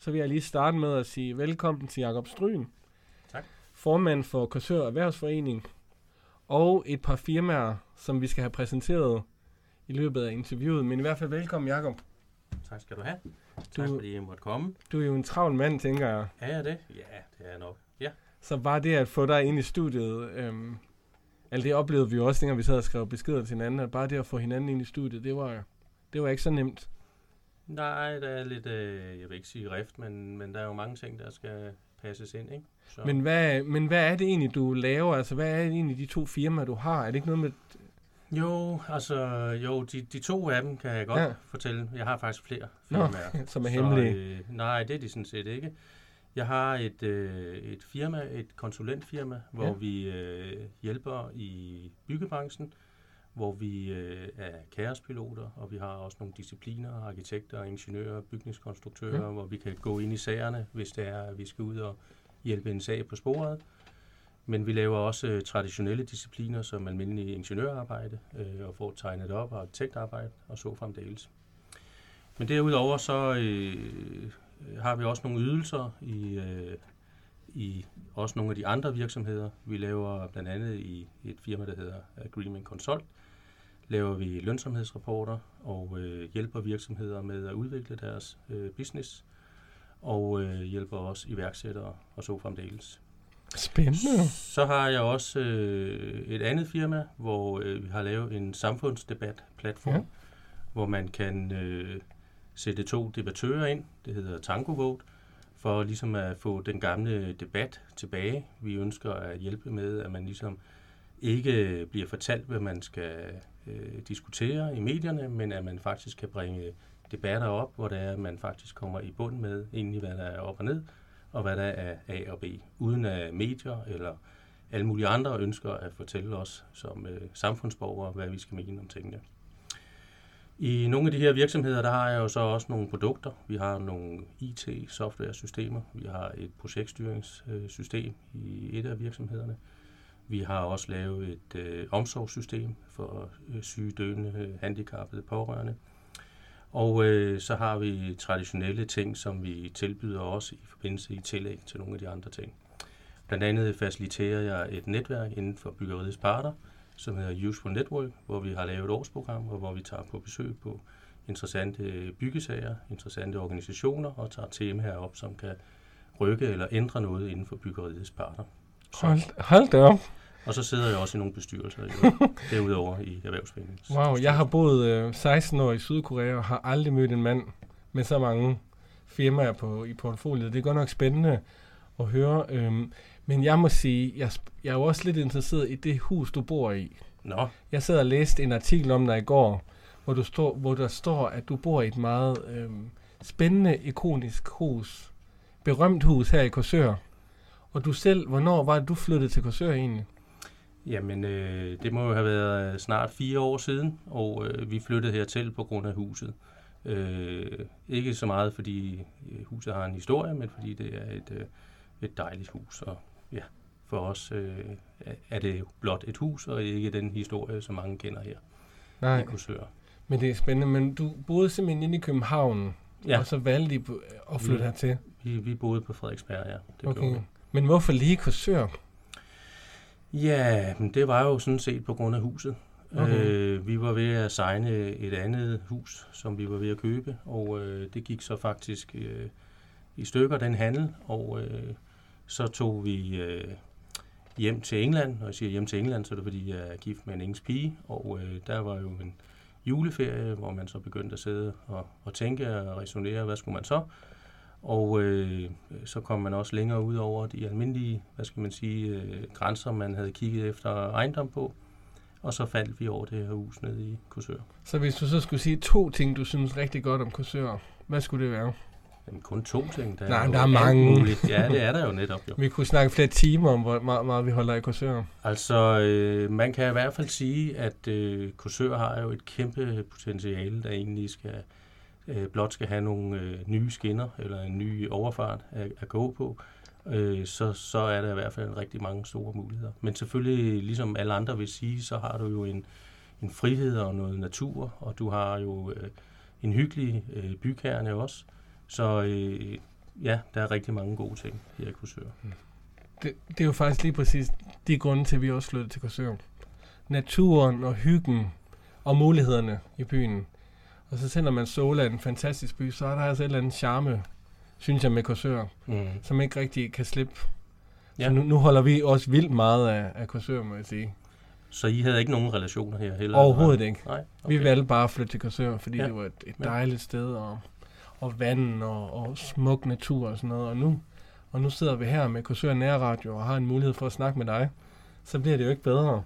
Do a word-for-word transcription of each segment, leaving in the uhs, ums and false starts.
så vil jeg lige starte med at sige velkommen til Jakob Stryen. Tak. Formand for Korsør Erhvervsforening, og et par firmaer, som vi skal have præsenteret i løbet af interviewet. Men i hvert fald velkommen, Jakob. Tak skal du have. Tak Du- fordi jeg måtte komme. Du er jo en travl mand, tænker jeg. Er jeg det? Ja, det er jeg nok. Ja. Så bare det at få dig ind i studiet, øhm, altså det oplevede vi jo også, dengang vi sad og skrev beskeder til hinanden, at bare det at få hinanden ind i studiet, det var, det var ikke så nemt. Nej, der er lidt, øh, jeg vil ikke sige rift, men, men der er jo mange ting, der skal passes ind, ikke? Så. Men hvad, men hvad er det egentlig, du laver? Altså, hvad er det egentlig, de to firmaer, du har? Er det ikke noget med... Jo, altså, jo, de, de to af dem kan jeg godt Ja. ja. fortælle. Jeg har faktisk flere Nå, firmaer. som er Så, hemmelige. øh, nej, det er de sådan set ikke. Jeg har et, øh, et firma, et konsulentfirma, hvor Ja. vi øh, hjælper i byggebranchen, hvor vi øh, er kaospiloter, og vi har også nogle discipliner, arkitekter, ingeniører, bygningskonstruktører, Ja. hvor vi kan gå ind i sagerne, hvis det er, at vi skal ud og hjælpe en sag på sporet. Men vi laver også øh, traditionelle discipliner, som almindelig ingeniørarbejde, øh, og får tegnet op, og arkitektarbejde, og så fremdeles. Men derudover så øh, har vi også nogle ydelser i, øh, i også nogle af de andre virksomheder. Vi laver blandt andet i et firma, der hedder Agreement Consult, laver vi lønsomhedsrapporter og øh, hjælper virksomheder med at udvikle deres øh, business, og øh, hjælper også iværksættere og så fremdeles. Spændende. Så har jeg også øh, et andet firma, hvor øh, vi har lavet en samfundsdebat-platform, Ja. ja. hvor man kan øh, sætte to debattører ind, det hedder Tango Vote, for ligesom at få den gamle debat tilbage. Vi ønsker at hjælpe med, at man ligesom ikke bliver fortalt, hvad man skal øh, diskutere i medierne, men at man faktisk kan bringe debatter op, hvor det er, at man faktisk kommer i bund med egentlig, hvad der er op og ned, og hvad der er A og B, uden at medier eller alle mulige andre ønsker at fortælle os som øh, samfundsborgere, hvad vi skal mene om tingene. I nogle af de her virksomheder, der har jeg jo så også nogle produkter. Vi har nogle I T-software-systemer. Vi har et projektstyringssystem i et af virksomhederne. Vi har også lavet et øh, omsorgssystem for øh, syge, døende, handicappede pårørende. Og øh, så har vi traditionelle ting, som vi tilbyder også i forbindelse i tillæg til nogle af de andre ting. Blandt andet faciliterer jeg et netværk inden for byggeriets parter, som hedder Useful Network, hvor vi har lavet et årsprogram, og hvor vi tager på besøg på interessante byggesager, interessante organisationer, og tager temaer op, som kan rykke eller ændre noget inden for byggeriets parter. Så, Hold, hold da op. og så sidder jeg også i nogle bestyrelser i, derudover i Erhvervsforeningen. Wow, jeg har boet øh, seksten år i Sydkorea og har aldrig mødt en mand med så mange firmaer på, i portfoliet. Det er godt nok spændende at høre. Øhm, men jeg må sige, jeg, sp- jeg er jo også lidt interesseret i det hus, du bor i. Nå, Jeg sad og læste en artikel om dig i går, hvor, du står, hvor der står, at du bor i et meget øhm, spændende, ikonisk hus. Berømt hus her i Korsør. Og du selv, hvornår var det, du flyttede til Korsør egentlig? jamen øh, det må jo have været snart fire år siden, og øh, vi flyttede hertil på grund af huset. Øh, ikke så meget, fordi øh, huset har en historie, men fordi det er et, øh, et dejligt hus. Og ja, for os øh, er det blot et hus, og ikke den historie, som mange kender her Nej, i Korsør. men det er spændende. Men du boede simpelthen inde i København, Ja. og så valgte I at flytte Ja. hertil. Vi, vi boede på Frederiksberg, ja. Det Okay. gjorde vi. Men hvorfor lige Korsør? Ja, men det var jo sådan set på grund af huset. Okay. Øh, vi var ved at signe et andet hus, som vi var ved at købe, og øh, det gik så faktisk øh, i stykker, den handel, og øh, så tog vi øh, hjem til England. Når jeg siger hjem til England, så er det fordi, jeg er gift med en engelsk pige, og øh, der var jo en juleferie, hvor man så begyndte at sidde og, og tænke og resonere, hvad skulle man så? Og øh, så kom man også længere ud over de almindelige, hvad skal man sige, øh, grænser, man havde kigget efter ejendom på. Og så faldt vi over det her hus nede i Korsør. Så hvis du så skulle sige to ting, du synes rigtig godt om Korsør, hvad skulle det være? Jamen kun to ting. Der Nej, er der jo er alt mange. muligt. Ja, det er der jo netop jo. Vi kunne snakke flere timer om, hvor meget, meget vi holder i Korsør. Altså, øh, man kan i hvert fald sige, at øh, Korsør har jo et kæmpe potentiale, der egentlig skal øh, blot skal have nogle øh, nye skinner, eller en ny overfart at, at gå på. Øh, så, så er der i hvert fald rigtig mange store muligheder. Men selvfølgelig, ligesom alle andre vil sige, så har du jo en, en frihed og noget natur, og du har jo øh, en hyggelig øh, bykerne også. Så øh, ja, der er rigtig mange gode ting her i Korsør. Det, det er jo faktisk lige præcis de grunde til, at vi også flyttede til Korsør. Naturen og hyggen og mulighederne i byen. Og så selvom man Sola er en fantastisk by, så er der altså et eller andet charme, synes jeg, med Korsør, mm. som ikke rigtig kan slippe. Ja. Så nu, nu holder vi også vildt meget af, af Korsør, må jeg sige. Så I havde ikke nogen relationer her heller? Overhovedet ikke. Nej, okay. Vi valgte bare at flytte til Korsør, fordi ja. det var et, et dejligt ja. sted, og, og vand og, og smuk natur og sådan noget. Og nu, og nu sidder vi her med Korsør Nærradio og har en mulighed for at snakke med dig. Så bliver det jo ikke bedre.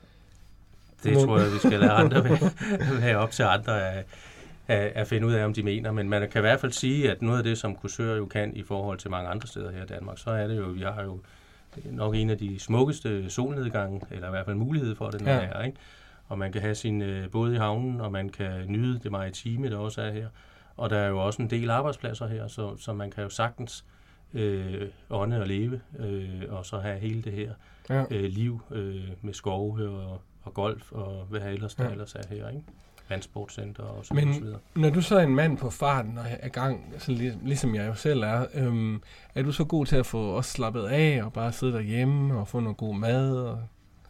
Det Men. tror jeg, vi skal lade andre være op til andre at, at, at finde ud af, om de mener. Men man kan i hvert fald sige, at noget af det, som Korsør jo kan i forhold til mange andre steder her i Danmark, så er det jo, vi har jo nok en af de smukkeste solnedgange, eller i hvert fald mulighed for det, når ja. det er, ikke? Og man kan have sin øh, båd i havnen, og man kan nyde det maritime, der også er her. Og der er jo også en del arbejdspladser her, så, så man kan jo sagtens øh, ånde og leve, øh, og så have hele det her ja. øh, liv øh, med skove og, og golf, og hvad her ellers der ja. ellers er her, ikke? Vandsportcenter og så Men videre. Når du så er en mand på farten og er i gang, så lig, ligesom jeg jo selv er, øhm, er du så god til at få os slappet af og bare sidde derhjemme og få noget god mad? Og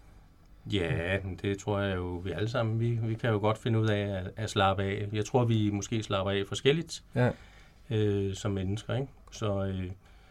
ja, det tror jeg jo, vi alle sammen, vi, vi kan jo godt finde ud af at, at slappe af. Jeg tror, vi måske slapper af forskelligt ja. øh, som mennesker, ikke? Så øh,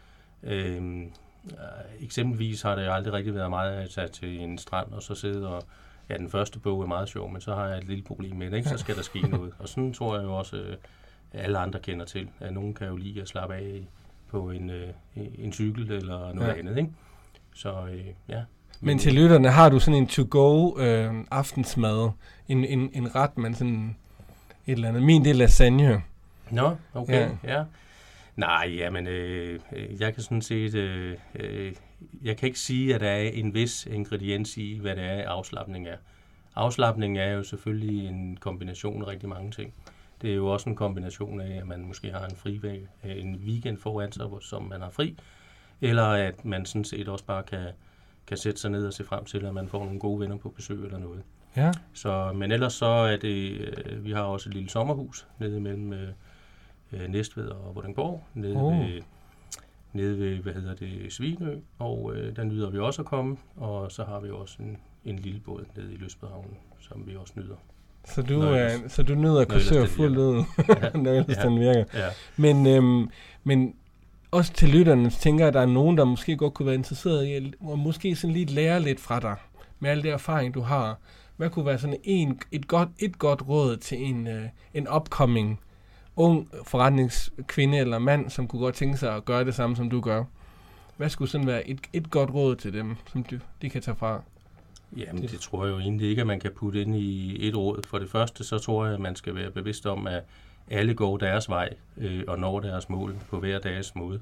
øh, eksempelvis har det jo aldrig rigtig været meget at tage til en strand og så sidde og ja, den første bog er meget sjov, men så har jeg et lille problem med det, ikke? Så skal der ske noget. Og sådan tror jeg jo også, at alle andre kender til, at nogen kan jo lide at slappe af på en, en cykel eller noget ja. andet, ikke? Så øh, ja. Men, men til lytterne, har du sådan en to-go øh, aftensmad, en, en, en ret, man sådan et eller andet. Min, det er lasagne. Nå, okay, ja. ja. Nej, jamen, øh, jeg kan sådan set, øh, øh, jeg kan ikke sige, at der er en vis ingrediens i, hvad det er, afslapning er. Afslapning er jo selvfølgelig en kombination af rigtig mange ting. Det er jo også en kombination af, at man måske har en frivæg, en weekend foran sig, som man har fri, eller at man sådan set også bare kan, kan sætte sig ned og se frem til, at man får nogle gode venner på besøg eller noget. Ja. Så, men ellers så er det, øh, vi har også et lille sommerhus nede mellem øh, Næstved og Vordingborg, nede, oh. ved, nede ved, hvad hedder det, Svinø, og øh, der nyder vi også at komme, og så har vi også en, en lille båd nede i Lystbådehavnen, som vi også nyder. Så du, øh, så du nyder Korsør fuldt ud, når ellers ja. den virker. Ja. Men, øhm, men også til lytterne tænker jeg, at der er nogen, der måske godt kunne være interesseret i, og måske sådan lige lære lidt fra dig, med al det erfaring, du har. Hvad kunne være sådan en, et, godt, et godt råd til en, øh, en upcoming ung forretningskvinde eller mand, som kunne godt tænke sig at gøre det samme, som du gør? Hvad skulle sådan være et, et godt råd til dem, som de, de kan tage fra? Jamen, det tror jeg jo egentlig ikke, at man kan putte ind i et råd. For det første, så tror jeg, at man skal være bevidst om, at alle går deres vej øh, og når deres mål på hver dags måde.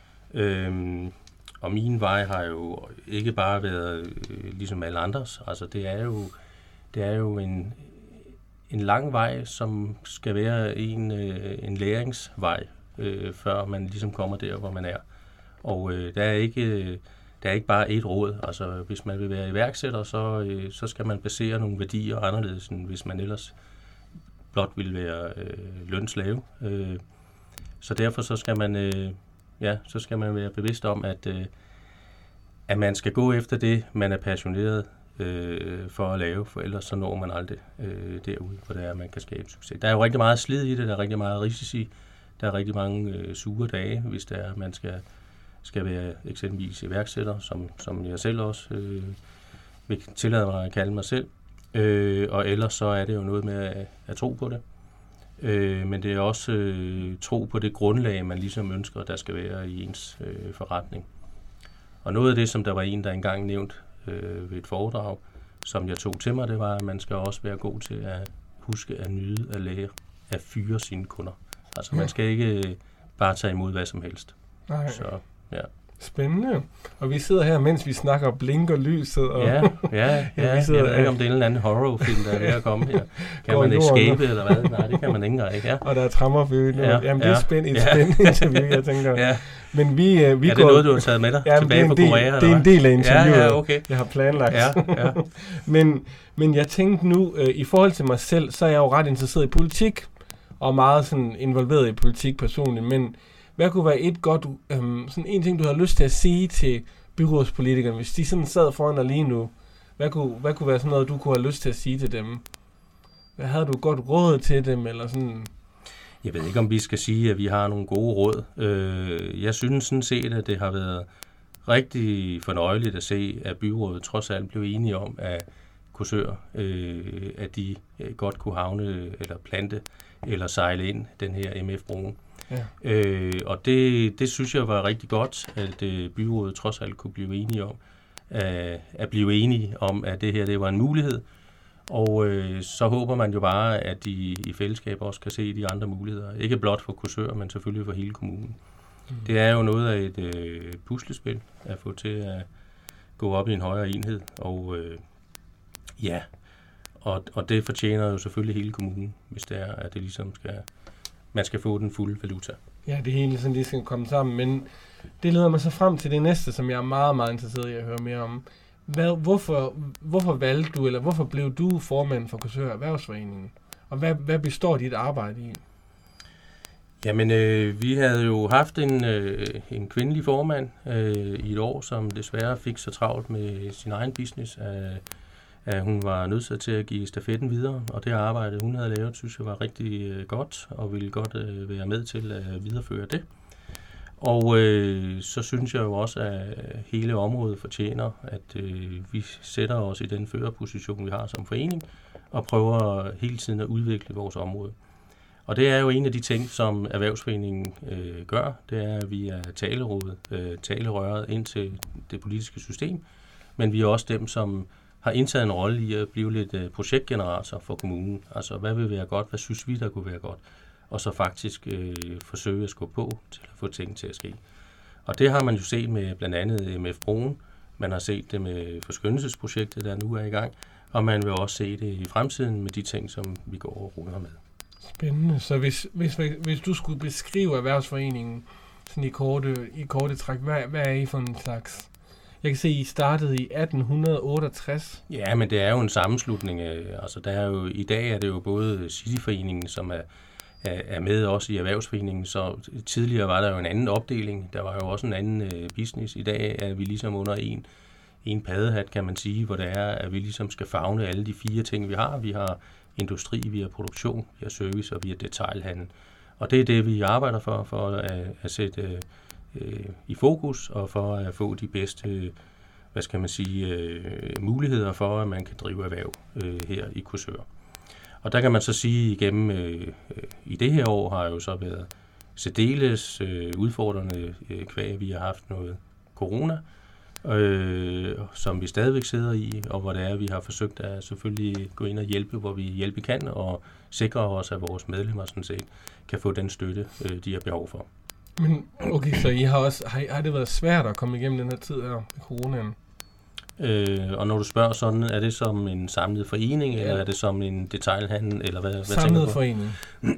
Øhm, og min vej har jo ikke bare været øh, ligesom alle andres. Altså, det er jo, det er jo en, en lang vej, som skal være en, øh, en læringsvej, øh, før man ligesom kommer der, hvor man er. Og øh, der er ikke... Øh, Der er ikke bare et råd. Altså, hvis man vil være iværksætter, så, øh, så skal man basere nogle værdier anderledes, end hvis man ellers blot vil være øh, lønslave. Øh, så derfor så skal man, øh, ja, så skal man være bevidst om, at, øh, at man skal gå efter det, man er passioneret øh, for at lave, for ellers så når man aldrig øh, derud, hvor det er, man kan skabe succes. Der er jo rigtig meget slid i det, der er rigtig meget risici, der er rigtig mange øh, sure dage, hvis det er, man skal skal være eksempelvis iværksætter, som, som jeg selv også øh, vil tillade mig at kalde mig selv. Øh, og ellers så er det jo noget med at, at tro på det. Øh, men det er også øh, tro på det grundlag, man ligesom ønsker, der skal være i ens øh, forretning. Og noget af det, som der var en, der engang nævnt øh, ved et foredrag, som jeg tog til mig, det var, at man skal også være god til at huske at nyde, at lære, at fyre sine kunder. Altså man skal ikke bare tage imod hvad som helst. Nej. Så ja. Spændende. Og vi sidder her, mens vi snakker og blinker lyset. Og ja, ja, ja. Jeg ved ikke, om det er en eller anden horrorfilm, der er ved at komme her. Kan man escape, eller hvad? Nej, det kan man ikke engang. Ja. Og der er trammerføde nu. Ja, Jamen, det er ja, spændende, ja. spændende interview, jeg tænker. Ja. Men vi, uh, vi er det går... noget, du har taget med dig ja, tilbage fra Korea? Det er en del af interviewet, ja, ja, okay. jeg har planlagt. Ja, ja. men, men jeg tænkte nu, uh, i forhold til mig selv, så er jeg jo ret interesseret i politik, og meget sådan involveret i politik personligt, men hvad kunne være et godt, øhm, sådan en ting, du har lyst til at sige til byrådspolitikerne, hvis de sådan sad foran dig lige nu? Hvad kunne, hvad kunne være sådan noget, du kunne have lyst til at sige til dem? Hvad havde du godt råd til dem, eller sådan? Jeg ved ikke, om vi skal sige, at vi har nogle gode råd. Øh, jeg synes sådan set, at det har været rigtig fornøjeligt at se, at byrådet trods alt blev enige om, at Korsør, øh, at de øh, godt kunne havne, eller plante, eller sejle ind den her M F-broen. Ja. Øh, og det, det synes jeg var rigtig godt, at øh, byrådet trods alt kunne blive enige om, at, at blive enige om, at det her det var en mulighed. Og øh, så håber man jo bare, at de i fællesskab også kan se de andre muligheder. Ikke blot for Korsør, men selvfølgelig for hele kommunen. Mm. Det er jo noget af et øh, puslespil at få til at gå op i en højere enhed. Og øh, ja, og, og det fortjener jo selvfølgelig hele kommunen, hvis det er, at det ligesom skal, man skal få den fulde valuta. Ja, det hele sådan, de skal komme sammen. Men det leder mig så frem til det næste, som jeg er meget, meget interesseret i at høre mere om. Hvad, hvorfor, hvorfor valgte du, eller hvorfor blev du formand for Korsør Erhvervsforeningen? Og hvad, hvad består dit arbejde i? Jamen, øh, vi havde jo haft en, øh, en kvindelig formand øh, i et år, som desværre fik så travlt med sin egen business, at, at hun var nødt til at give stafetten videre. Og det arbejde, hun havde lavet, synes jeg var rigtig øh, godt, og ville godt øh, være med til at videreføre det. Og øh, så synes jeg jo også, at hele området fortjener, at øh, vi sætter os i den førerposition, vi har som forening, og prøver hele tiden at udvikle vores område. Og det er jo en af de ting, som Erhvervsforeningen øh, gør, det er, at vi er talerådet, øh, talerøret ind til det politiske system, men vi er også dem, som har indtaget en rolle i at blive lidt øh, projektgenerator for kommunen. Altså, hvad vil være godt, hvad synes vi, der kunne være godt? Og så faktisk øh, forsøge at skubbe på til at få ting til at ske. Og det har man jo set med blandt andet M F-broen, man har set det med forskønnelsesprojektet, der nu er i gang, og man vil også se det i fremtiden med de ting, som vi går og ruller med. Spændende. Så hvis, hvis, hvis du skulle beskrive Erhvervsforeningen sådan i korte, i korte træk, hvad, hvad er I for en slags? Jeg kan se, I startede i atten otteogtres. Ja, men det er jo en sammenslutning. Altså, der er jo, i dag er det jo både Cityforeningen, som er er med også i Erhvervsforeningen, så tidligere var der jo en anden opdeling, der var jo også en anden øh, business. I dag er vi ligesom under en, en paddehat, kan man sige, hvor det er, at vi ligesom skal favne alle de fire ting, vi har. Vi har industri, vi har produktion, vi har service og vi har detailhandel. Og det er det, vi arbejder for, for at, at sætte øh, i fokus og for at få de bedste hvad skal man sige, øh, muligheder for, at man kan drive erhverv øh, her i Korsør. Og der kan man så sige igennem øh, i det her år har jo så været særdeles øh, udfordrende øh, kvæg. Vi har haft noget corona, øh, som vi stadigvæk sidder i, og hvor det er, vi har forsøgt at selvfølgelig gå ind og hjælpe, hvor vi hjælpe kan, og sikre os, at vores medlemmer sådan set kan få den støtte, øh, de har behov for. Men okay, så I har, også, har, har det været svært at komme igennem den her tid her med coronaen? Øh, og når du spørger sådan, er det som en samlet forening, ja. Eller er det som en detailhandel, eller hvad, hvad tænker du på? Samlet forening.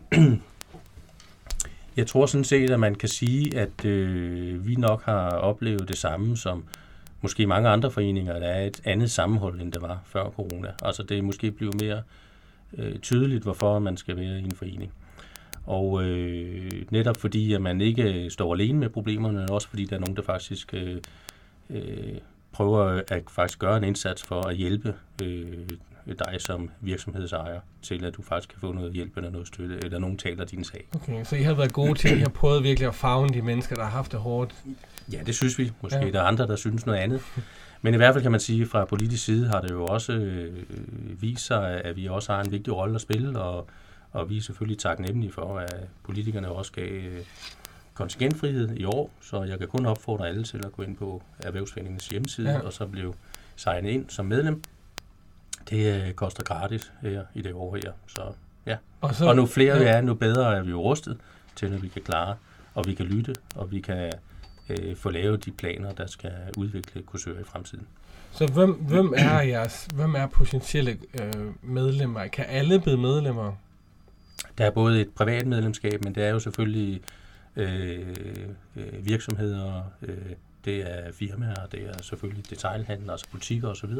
Jeg tror sådan set, at man kan sige, at øh, vi nok har oplevet det samme som måske mange andre foreninger, der er et andet sammenhold, end det var før corona. Altså det er måske blevet mere øh, tydeligt, hvorfor man skal være i en forening. Og øh, netop fordi, at man ikke står alene med problemerne, men også fordi, der er nogen, der faktisk øh, øh, prøver at faktisk gøre en indsats for at hjælpe øh, dig som virksomhedsejer til, at du faktisk kan få noget hjælp eller noget støtte, eller nogen taler din sag. Okay, så I har været gode til, I har prøvet virkelig at favne de mennesker, der har haft det hårdt? Ja, det synes vi. Måske ja. Der er andre, der synes noget andet. Men i hvert fald kan man sige, at fra politisk side har det jo også øh, vist sig, at vi også har en vigtig rolle at spille, og, og vi er selvfølgelig taknemmelige for, at politikerne også gav øh, kontingentfrihed i år, så jeg kan kun opfordre alle til at gå ind på Erhvervsforeningens hjemmeside, ja. Og så blive signet ind som medlem. Det øh, koster gratis her i det år her, så ja. Og, så, og nu flere ja. vi er, nu bedre er vi jo rustet til, at vi kan klare, og vi kan lytte, og vi kan øh, få lavet de planer, der skal udvikle Korsør i fremtiden. Så hvem, hvem er jeres, hvem er potentielle øh, medlemmer? Kan alle blive medlemmer? Der er både et privat medlemskab, men det er jo selvfølgelig øh, øh, virksomheder, øh, det er firmaer, det er selvfølgelig detailhandel, altså butikker osv.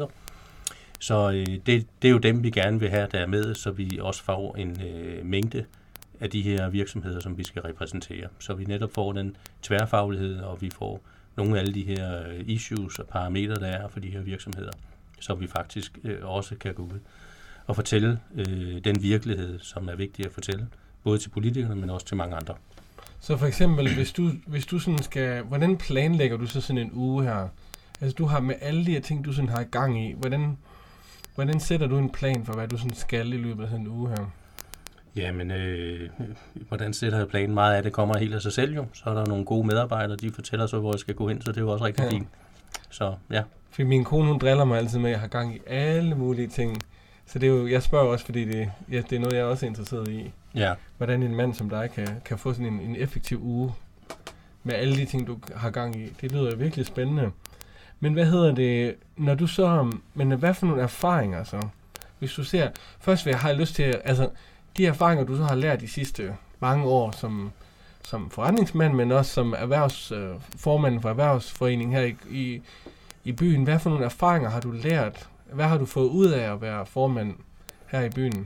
Så øh, det, det er jo dem, vi gerne vil have, der er med, så vi også får en øh, mængde af de her virksomheder, som vi skal repræsentere. Så vi netop får den tværfaglighed, og vi får nogle af alle de her issues og parametre, der er for de her virksomheder, så vi faktisk øh, også kan gå ud og fortælle øh, den virkelighed, som er vigtig at fortælle, både til politikerne, men også til mange andre. Så for eksempel, hvis du, hvis du sådan skal, hvordan planlægger du så sådan en uge her? Altså du har med alle de her ting, du sådan har i gang i, hvordan, hvordan sætter du en plan for, hvad du sådan skal i løbet af sådan en uge her? Jamen, øh, hvordan sætter jeg planen? Meget af det kommer helt af sig selv jo. Så er der nogle gode medarbejdere, de fortæller så, hvor jeg skal gå hen, så det er jo også rigtig ja. fint. Så ja. For min kone, hun driller mig altid med, at jeg har gang i alle mulige ting. Så det er jo, jeg spørger også, fordi det, ja, det er noget, jeg er også interesseret i. Ja. Hvordan en mand som dig kan, kan få sådan en, en effektiv uge med alle de ting, du har gang i. Det lyder virkelig spændende. Men hvad hedder det, når du så, men hvad for nogle erfaringer så? Hvis du ser, først vil jeg have lyst til, altså de erfaringer, du så har lært de sidste mange år som, som forretningsmand, men også som erhvervsformand øh, for Erhvervsforeningen her i, i, i byen. Hvad for nogle erfaringer har du lært? Hvad har du fået ud af at være formand her i byen?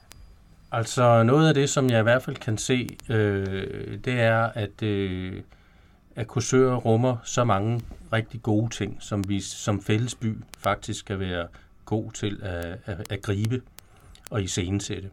Altså noget af det, som jeg i hvert fald kan se, øh, det er, at, øh, at Korsør rummer så mange rigtig gode ting, som vi som fællesby faktisk skal være god til at, at, at gribe og iscenesætte.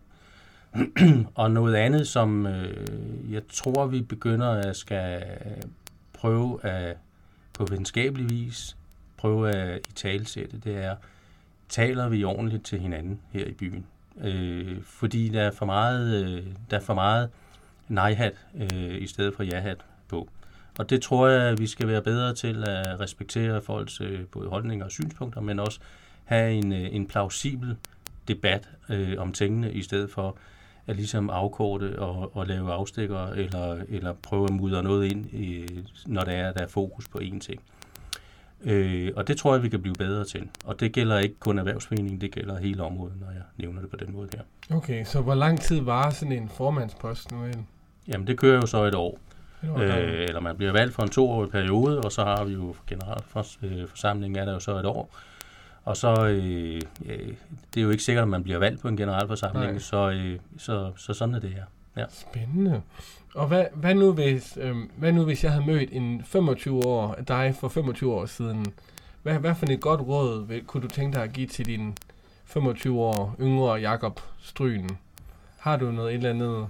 Og noget andet, som øh, jeg tror, vi begynder at skal prøve at på videnskabelig vis prøve at italesætte, det er, taler vi ordentligt til hinanden her i byen? Øh, fordi der er for meget, øh, der er for meget nej-hat øh, i stedet for ja-hat på. Og det tror jeg, vi skal være bedre til at respektere folks øh, både holdninger og synspunkter, men også have en, øh, en plausibel debat øh, om tingene, i stedet for at ligesom afkorte og, og lave afstikker, eller, eller prøve at mudre noget ind, øh, når der er, der er fokus på én ting. Øh, og det tror jeg, vi kan blive bedre til. Og det gælder ikke kun Erhvervsforeningen, det gælder hele området, når jeg nævner det på den måde her. Okay, så hvor lang tid varer sådan en formandspost nu? Jamen, det kører jo så et år. Øh, eller man bliver valgt for en toårig periode, og så har vi jo generalforsamlingen er der jo så et år. Og så, øh, det er jo ikke sikkert, at man bliver valgt på en generalforsamling, så, øh, så, så sådan er det her. Ja. Spændende. Og hvad, hvad, nu hvis, øh, hvad nu hvis jeg havde mødt en femogtyve år dig for femogtyve år siden? Hvad, hvad for et godt råd vil, kunne du tænke dig at give til din femogtyve år yngre Jakob Strygen? Har du noget et eller andet?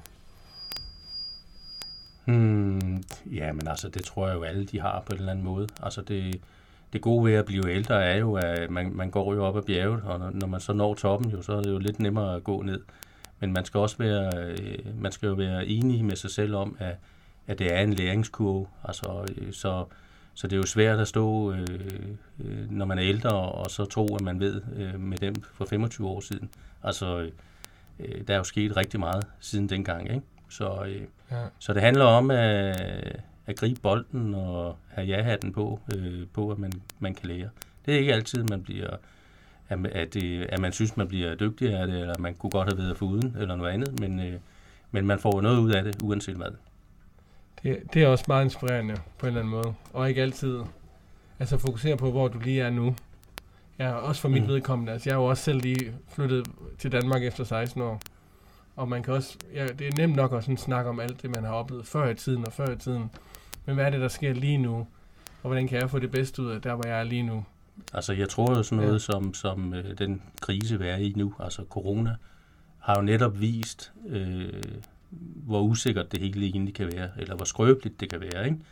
Hmm, ja, men altså, det tror jeg jo alle, de har på en eller anden måde. Altså, det, det gode ved at blive ældre er jo, at man, man går jo op ad bjerget, og når, når man så når toppen, jo, så er det jo lidt nemmere at gå ned. Men man skal også være, man skal jo være enig med sig selv om, at, at det er en læringskurve. Altså, så, så det er jo svært at stå, øh, når man er ældre, og så tro, at man ved øh, med dem for femogtyve år siden. Altså, øh, der er jo sket rigtig meget siden dengang, ikke? Så, øh, ja. så det handler om at, at gribe bolden og have ja-hatten på, øh, på at man, man kan lære. Det er ikke altid, man bliver... At, det, at man synes, man bliver dygtig af det, eller man kunne godt have været foruden, eller noget andet, men, øh, men man får noget ud af det, uanset hvad. Det, det er også meget inspirerende, på en eller anden måde, og ikke altid altså fokusere på, hvor du lige er nu. Jeg er også for mit mm. vedkommende, altså jeg er jo også selv lige flyttet til Danmark efter seksten år, og man kan også, ja, det er nemt nok at sådan snakke om alt det, man har oplevet før i tiden og før i tiden, men hvad er det, der sker lige nu, og hvordan kan jeg få det bedste ud af der, hvor jeg er lige nu? Altså, jeg tror jo sådan noget, ja. som, som øh, den krise, vi er i nu, altså corona, har jo netop vist, øh, hvor usikkert det hele egentlig kan være, eller hvor skrøbeligt det kan være, ikke?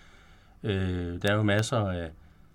Øh, der er jo masser af,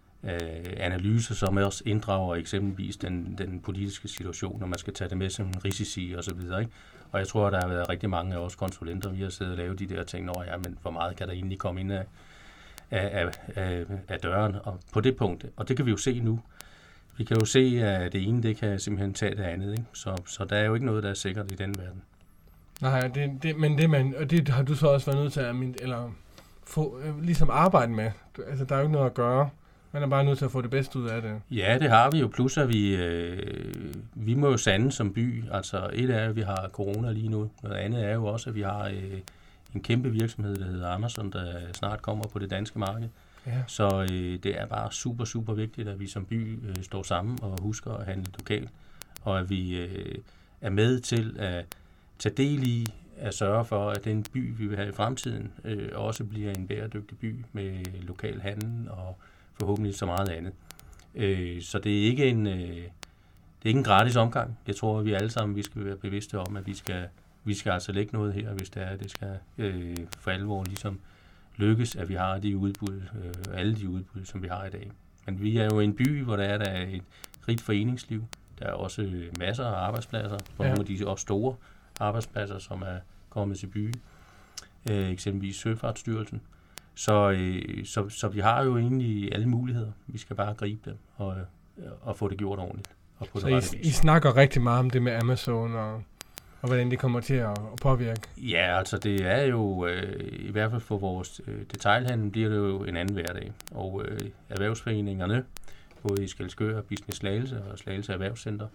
af analyser, som også inddrager eksempelvis den, den politiske situation, når man skal tage det med som en risici og så videre, ikke? Og jeg tror, der har været rigtig mange af os konsulenter, vi har siddet og lavet de der ting, når ja, men hvor meget kan der egentlig komme ind af Af, af, af døren, og på det punkt, og det kan vi jo se nu. Vi kan jo se, at det ene, det kan simpelthen tage det andet, ikke? Så, så der er jo ikke noget, der er sikkert i den verden. Nej, det, det, men det, man, og det har du så også været nødt til at eller få, ligesom arbejde med. Altså, der er jo ikke noget at gøre. Man er bare nødt til at få det bedste ud af det. Ja, det har vi jo. Plus, at vi, øh, vi må jo sande som by. Altså, et er, at vi har corona lige nu. Noget andet er jo også, at vi har øh, en kæmpe virksomhed, der hedder Amazon, der snart kommer på det danske marked. Ja. Så øh, det er bare super, super vigtigt, at vi som by øh, står sammen og husker at handle lokalt, og at vi øh, er med til at tage del i at sørge for, at den by, vi vil have i fremtiden, øh, også bliver en bæredygtig by med lokal handel og forhåbentlig så meget andet. Øh, så det er ikke en, øh, det er ikke en gratis omgang. Jeg tror, at vi alle sammen vi skal være bevidste om, at vi skal, vi skal altså lægge noget her, hvis det er, at det skal øh, for alvor ligesom lykkes, at vi har de udbud, øh, alle de udbud, som vi har i dag. Men vi er jo en by, hvor der er, der er et rigt foreningsliv. Der er også masser af arbejdspladser, og ja. Nogle af de også store arbejdspladser, som er kommet til byen. Øh, eksempelvis Søfartsstyrelsen. Så, øh, så, så vi har jo egentlig alle muligheder. Vi skal bare gribe dem og, og få det gjort ordentligt. Og på så det I, I snakker rigtig meget om det med Amazon og, og hvordan det kommer til at, at påvirke? Ja, altså det er jo, øh, i hvert fald for vores øh, detailhandel, bliver det jo en anden hverdag. Og øh, erhvervsforeningerne, både i Skælskør, Business Slagelse og Slagelse Erhvervscenter,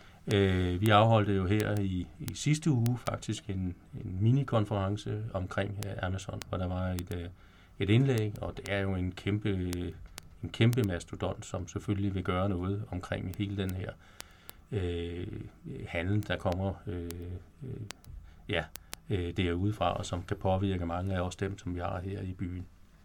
øh, vi afholdte jo her i, i sidste uge faktisk en, en mini-konference omkring øh, Amazon, hvor der var et, øh, et indlæg, og det er jo en kæmpe, en kæmpe mastodont, som selvfølgelig vil gøre noget omkring hele den her øh, handel, der kommer øh, øh, ja, øh, derudefra, og som kan påvirke mange af os dem, som vi har her i byen.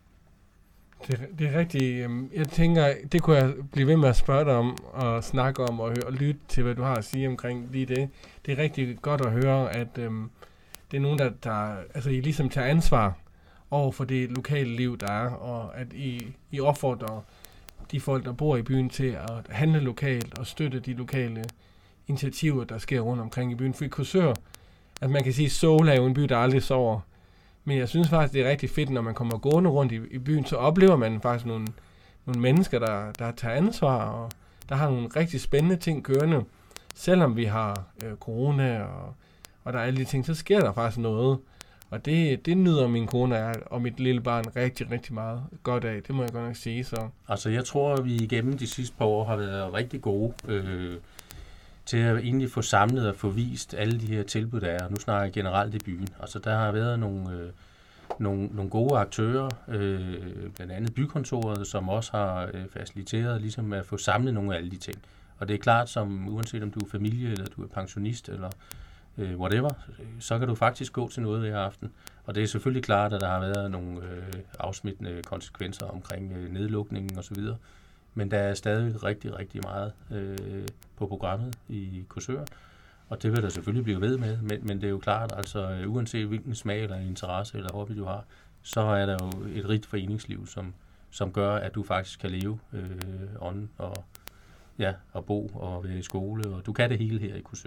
Det, det er rigtigt. Jeg tænker, det kunne jeg blive ved med at spørge dig om, og snakke om, og, høre, og lytte til, hvad du har at sige omkring lige det. Det er rigtig godt at høre, at øhm, det er nogen, der, der altså, I ligesom tager ansvar over for det lokale liv, der er, og at I, I opfordrer de folk, der bor i byen, til at handle lokalt og støtte de lokale initiativer, der sker rundt omkring i byen. For i Korsør, at man kan sige, at Sola er jo en by, der aldrig sover. Men jeg synes faktisk, det er rigtig fedt, når man kommer gående rundt i, i byen, så oplever man faktisk nogle, nogle mennesker, der, der tager ansvar, og der har nogle rigtig spændende ting kørende. Selvom vi har øh, corona, og, og der er alle de ting, så sker der faktisk noget. Og det, det nyder min kone og mit lille barn rigtig, rigtig meget godt af. Det må jeg godt nok sige. Så. Altså, jeg tror, at vi igennem de sidste par år har været rigtig gode øh, til at egentlig få samlet og få vist alle de her tilbud, der er. Nu snakker jeg generelt i byen. Altså, der har været nogle, øh, nogle, nogle gode aktører, øh, blandt andet bykontoret, som også har øh, faciliteret ligesom at få samlet nogle af alle de ting. Og det er klart, som uanset om du er familie, eller du er pensionist, eller øh, whatever, så kan du faktisk gå til noget hver aften. Og det er selvfølgelig klart, at der har været nogle øh, afsmittende konsekvenser omkring øh, nedlukningen osv., men der er stadig rigtig, rigtig meget øh, på programmet i Korsør, og det vil der selvfølgelig blive ved med, men, men det er jo klart, altså øh, uanset hvilken smag eller interesse eller hobby du har, så er der jo et rigt foreningsliv, som, som gør, at du faktisk kan leve øh, ånden og, ja, og bo og være i skole, og du kan det hele her i Korsør.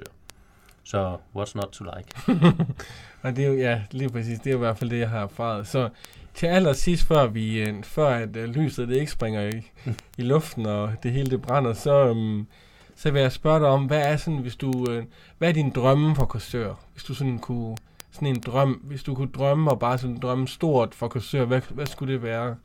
Så what's not to like? Og det er jo, ja, lige præcis, det er jo i hvert fald det, jeg har erfaret. Så til allersidst, før, vi, før at uh, lyset det ikke springer i, i luften, og det hele det brænder, så, um, så vil jeg spørge dig om, hvad er sådan, hvis du, uh, hvad er din drømme for Korsør? Hvis du sådan kunne, sådan en drøm, hvis du kunne drømme, og bare sådan drømme stort for Korsør, hvad, hvad skulle det være?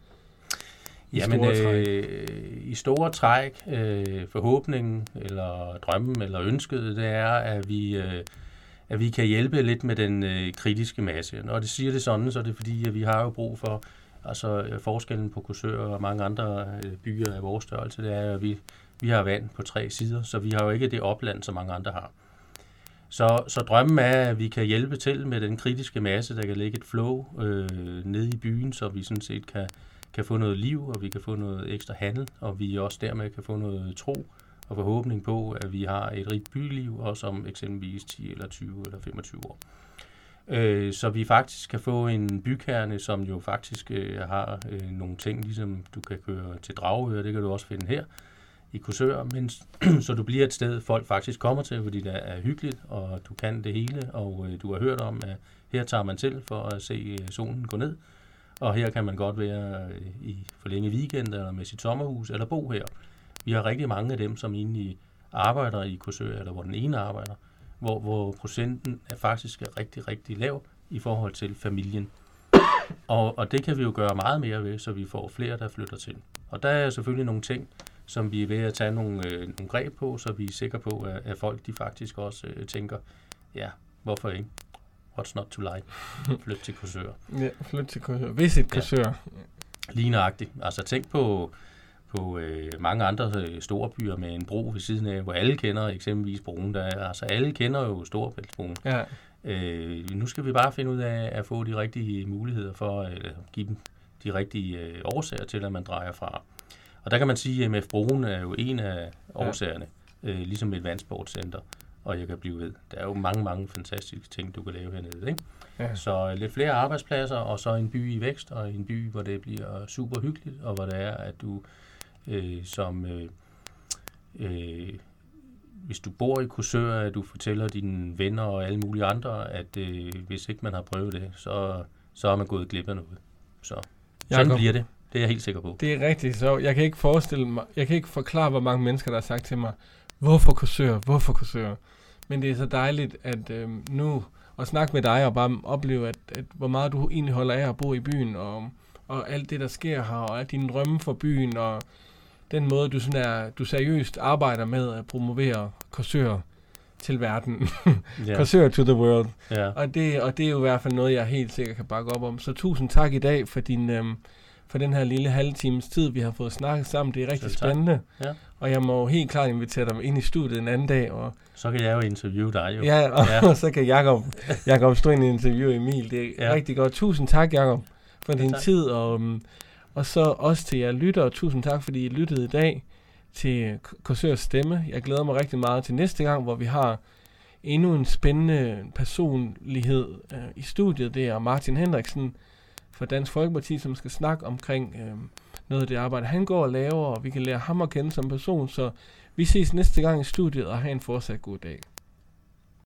I Jamen, store øh, i store træk, øh, forhåbningen, eller drømmen, eller ønsket, det er, at vi, øh, at vi kan hjælpe lidt med den øh, kritiske masse. Når det siger det sådan, så er det fordi, at vi har jo brug for, altså forskellen på Korsør og mange andre øh, byer af vores størrelse, det er, at vi, vi har vand på tre sider, så vi har jo ikke det opland, som mange andre har. Så, så drømmen er, at vi kan hjælpe til med den kritiske masse, der kan lægge et flow øh, nede i byen, så vi sådan set kan kan få noget liv, og vi kan få noget ekstra handel, og vi også dermed kan få noget tro og forhåbning på, at vi har et rigt byliv, også om eksempelvis ti eller tyve eller femogtyve år. Øh, så vi faktisk kan få en bykerne, som jo faktisk øh, har øh, nogle ting, ligesom du kan køre til Dragør, det kan du også finde her i Korsør, men så du bliver et sted, folk faktisk kommer til, fordi det er hyggeligt, og du kan det hele, og øh, du har hørt om, at her tager man til for at se øh, solen gå ned, og her kan man godt være i forlænge weekend eller med sit sommerhus eller bo her. Vi har rigtig mange af dem, som egentlig arbejder i Korsør, eller hvor den ene arbejder, hvor, hvor procenten er faktisk er rigtig, rigtig lav i forhold til familien. Og, og det kan vi jo gøre meget mere ved, så vi får flere, der flytter til. Og der er selvfølgelig nogle ting, som vi er ved at tage nogle, øh, nogle greb på, så vi er sikre på, at, at folk de faktisk også øh, tænker, ja, hvorfor ikke? What's not to like? Flyt til Korsør. Ja, flyt til Korsør. Visit Korsør. Ja. Lige nøjagtigt. Altså tænk på, på øh, mange andre øh, store byer med en bro ved siden af, hvor alle kender eksempelvis broen. Der er, altså alle kender jo Storebæltsbroen. Ja. Øh, nu skal vi bare finde ud af at få de rigtige muligheder for at øh, give dem de rigtige øh, årsager til, at man drejer fra. Og der kan man sige, at M F Broen er jo en af årsagerne, ja. øh, ligesom et vandsportscenter, og jeg kan blive ved. Der er jo mange, mange fantastiske ting, du kan lave hernede, ikke? Ja. Så øh, lidt flere arbejdspladser, og så en by i vækst, og en by, hvor det bliver super hyggeligt, og hvor det er, at du øh, som... Øh, øh, hvis du bor i Korsør, at du fortæller dine venner og alle mulige andre, at øh, hvis ikke man har prøvet det, så, så er man gået glip af noget. Så sådan Jacob, bliver det. Det er jeg helt sikker på. Det er rigtigt. Så jeg kan ikke forestille mig, jeg kan ikke forklare, hvor mange mennesker, der har sagt til mig, hvorfor Korsør, hvorfor Korsør? Men det er så dejligt, at øh, nu at snakke med dig og bare opleve, at, at hvor meget du egentlig holder af at bo i byen, og, og alt det, der sker her, og alt dine drømme for byen, og den måde, du, sådan er, du seriøst arbejder med at promovere Korsør til verden. Yeah. Korsør to the world. Yeah. Og, det, og det er jo i hvert fald noget, jeg helt sikkert kan bakke op om. Så tusind tak i dag for, din, øhm, for den her lille halve times tid, vi har fået snakket sammen. Det er rigtig spændende. Ja. Og jeg må helt klart invitere dig ind i studiet en anden dag. Og så kan jeg jo interviewe dig jo. Ja, og, ja. og så kan Jacob, Jacob stå ind i interview Emil. Det er ja. rigtig godt. Tusind tak, Jacob, for ja, din tak. tid. Og, um, og så også til jer lyttere. Tusind tak, fordi I lyttede i dag til Korsørs Stemme. Jeg glæder mig rigtig meget til næste gang, hvor vi har endnu en spændende personlighed øh, i studiet. Det er Martin Henriksen fra Dansk Folkeparti, som skal snakke omkring øh, noget af det arbejde, han går og laver, og vi kan lære ham at kende som person. Så vi ses næste gang i studiet, og have en fortsat god dag.